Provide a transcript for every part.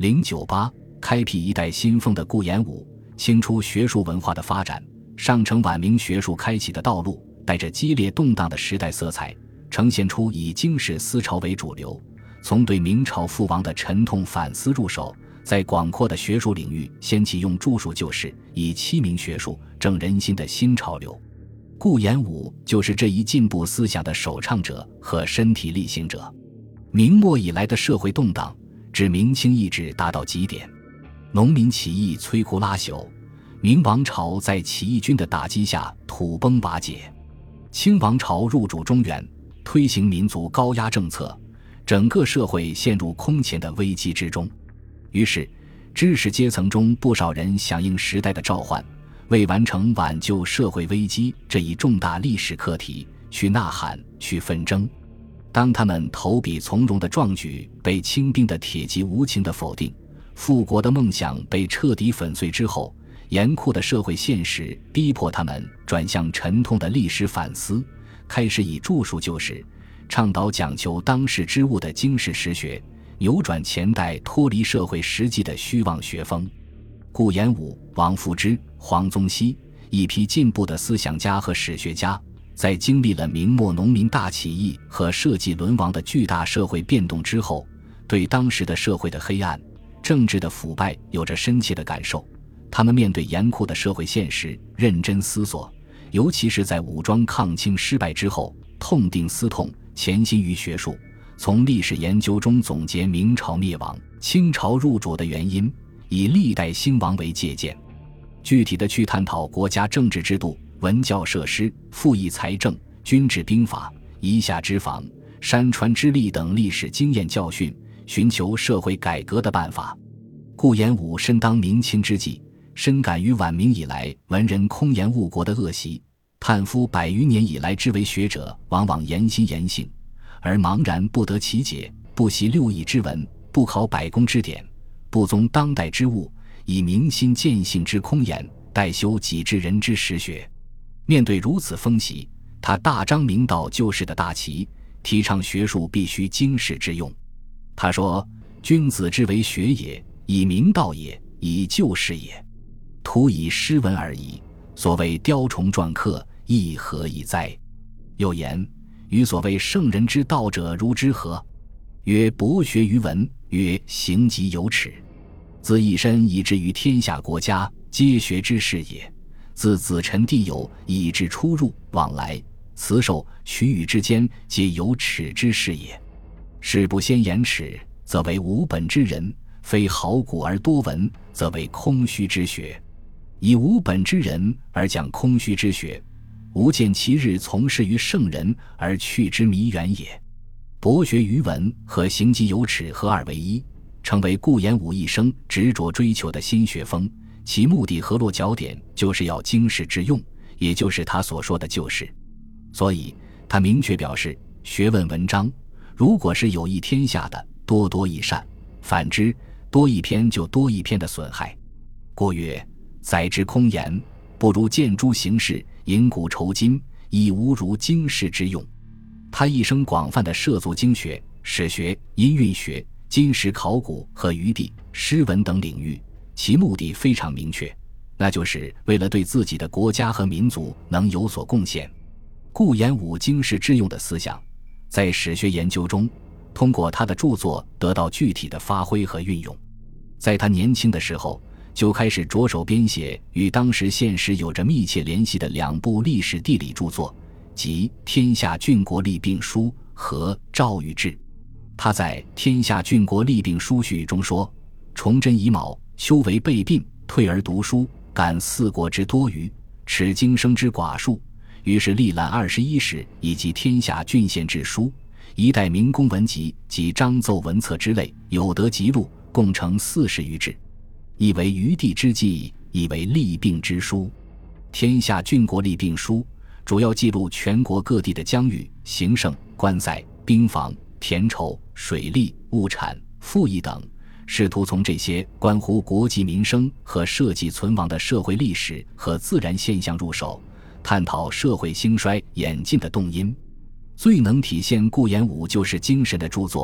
098开辟一代新风的顾炎武，清初学术文化的发展，上承晚明学术开启的道路，带着激烈动荡的时代色彩，呈现出以经世思潮为主流，从对明朝覆亡的沉痛反思入手，在广阔的学术领域掀起用著述旧事，以启明学术、正人心的新潮流。顾炎武就是这一进步思想的首倡者和身体力行者。明末以来的社会动荡，至明清意志达到极点，农民起义摧枯拉朽，明王朝在起义军的打击下土崩瓦解，清王朝入主中原，推行民族高压政策，整个社会陷入空前的危机之中。于是知识阶层中不少人响应时代的召唤，为完成挽救社会危机这一重大历史课题去呐喊，去纷争。当他们投笔从戎的壮举被清兵的铁骑无情的否定，复国的梦想被彻底粉碎之后，严酷的社会现实逼迫他们转向沉痛的历史反思，开始以著述旧事，倡导讲求当世之物的经世实学，扭转前代脱离社会实际的虚妄学风。顾炎武、王夫之、黄宗羲一批进步的思想家和史学家，在经历了明末农民大起义和社稷沦亡的巨大社会变动之后，对当时的社会的黑暗、政治的腐败有着深切的感受。他们面对严酷的社会现实认真思索，尤其是在武装抗清失败之后，痛定思痛，潜心于学术，从历史研究中总结明朝灭亡、清朝入主的原因，以历代兴亡为借鉴，具体的去探讨国家政治制度、文教设施、赋役财政、军制兵法、夷夏之防、山川之力等历史经验教训，寻求社会改革的办法。顾炎武身当明清之际，深感于晚明以来文人空言误国的恶习，叹夫100余年以来之为学者往往言心言性，而茫然不得其解，不习六艺之文，不考百工之典，不宗当代之物，以明心见性之空言，代修己之人之实学。面对如此风习，他大张明道救世的大旗，提倡学术必须经世之用。他说：君子之为学也，以明道也，以救世也，徒以诗文而已，所谓雕虫篆刻，亦何以哉？又言：与所谓圣人之道者如之何？曰：博学于文，曰行己有耻。自一身以至于天下国家，皆学之事也。自子臣弟友以至出入往来，辞授取予之间，皆有耻之事也。事不先言耻，则为无本之人；非好古而多闻，则为空虚之学。以无本之人而讲空虚之学，吾见其日从事于圣人而去之弥远也。博学于文和行己有耻合二为一，成为顾炎武一生执着追求的新学风，其目的和落脚点就是要经世致用，也就是他所说的旧事。所以他明确表示，学问文章如果是有益天下的，多多益善；反之，多一篇就多一篇的损害。故曰：载之空言，不如见诸形式，引古酬今，亦无如经世之用。他一生广泛地涉足经学、史学、音韵学、今史考古和余地、诗文等领域，其目的非常明确，那就是为了对自己的国家和民族能有所贡献。顾炎武经世致用的思想，在史学研究中，通过他的著作得到具体的发挥和运用。在他年轻的时候，就开始着手编写与当时现实有着密切联系的2部历史地理著作，即《天下郡国立并书》和《赵禹志》。他在《天下郡国立并书序》中说：崇祯乙卯，修为备病，退而读书，感4国之多余，耻经生之寡数，于是历览21史以及天下郡县志书，一代明公文集及章奏文册之类，有得辑录，共成40余志，亦为余地之记，亦为立并之书。天下郡国立并书主要记录全国各地的疆域、行政、官赛、兵防、田畴、水利、物产、赋役等，试图从这些关乎国计民生和社稷存亡的社会历史和自然现象入手，探讨社会兴衰演进的动因。最能体现顾炎武就是精神的著作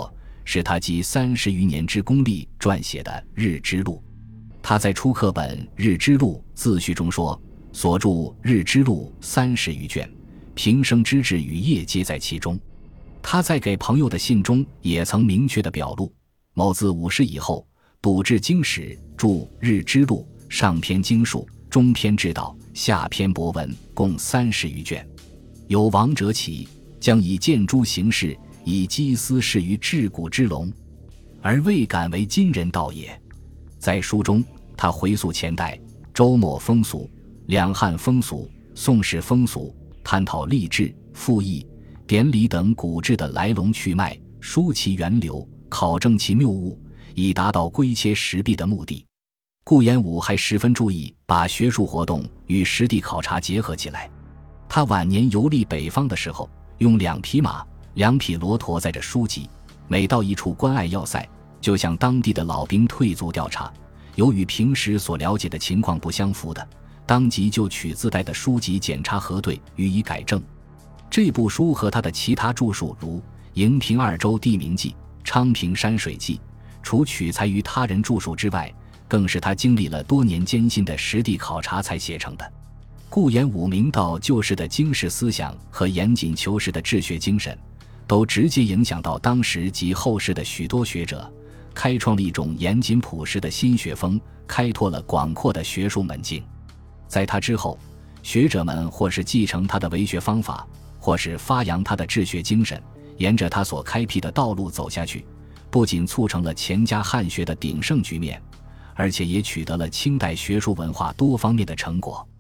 是他集30余年之功力撰写的《日之录》。他在初刻本《日之录》自序中说，所著《日之录》30余卷，平生之志与业皆在其中。他在给朋友的信中也曾明确地表露，某自50以后，笃治经史，著《日之录》，上篇经术，中篇治道，下篇博文，共30余卷。有王者起，将以见诸形式，以积思事于至古之隆，而未敢为今人道也。在书中，他回溯前代、周末风俗、两汉风俗、宋史风俗，探讨历志、赋役、典礼等古制的来龙去脉，疏其源流，考证其谬误，以达到归切实弊的目的。顾炎武还十分注意把学术活动与实地考察结合起来。他晚年游历北方的时候，用2匹马、2匹骆驼载着书籍，每到一处关隘要塞，就向当地的老兵退卒调查，有与平时所了解的情况不相符的，当即就取自带的书籍检查核对，予以改正。这部书和他的其他著述如《营平二州地名记》《昌平山水记》，除取材于他人著述之外，更是他经历了多年艰辛的实地考察才写成的。顾炎武明道旧时的经世思想和严谨求实的治学精神，都直接影响到当时及后世的许多学者，开创了一种严谨朴实的新学风，开拓了广阔的学术门径。在他之后，学者们或是继承他的为学方法，或是发扬他的治学精神，沿着他所开辟的道路走下去，不仅促成了钱家汉学的鼎盛局面，而且也取得了清代学术文化多方面的成果。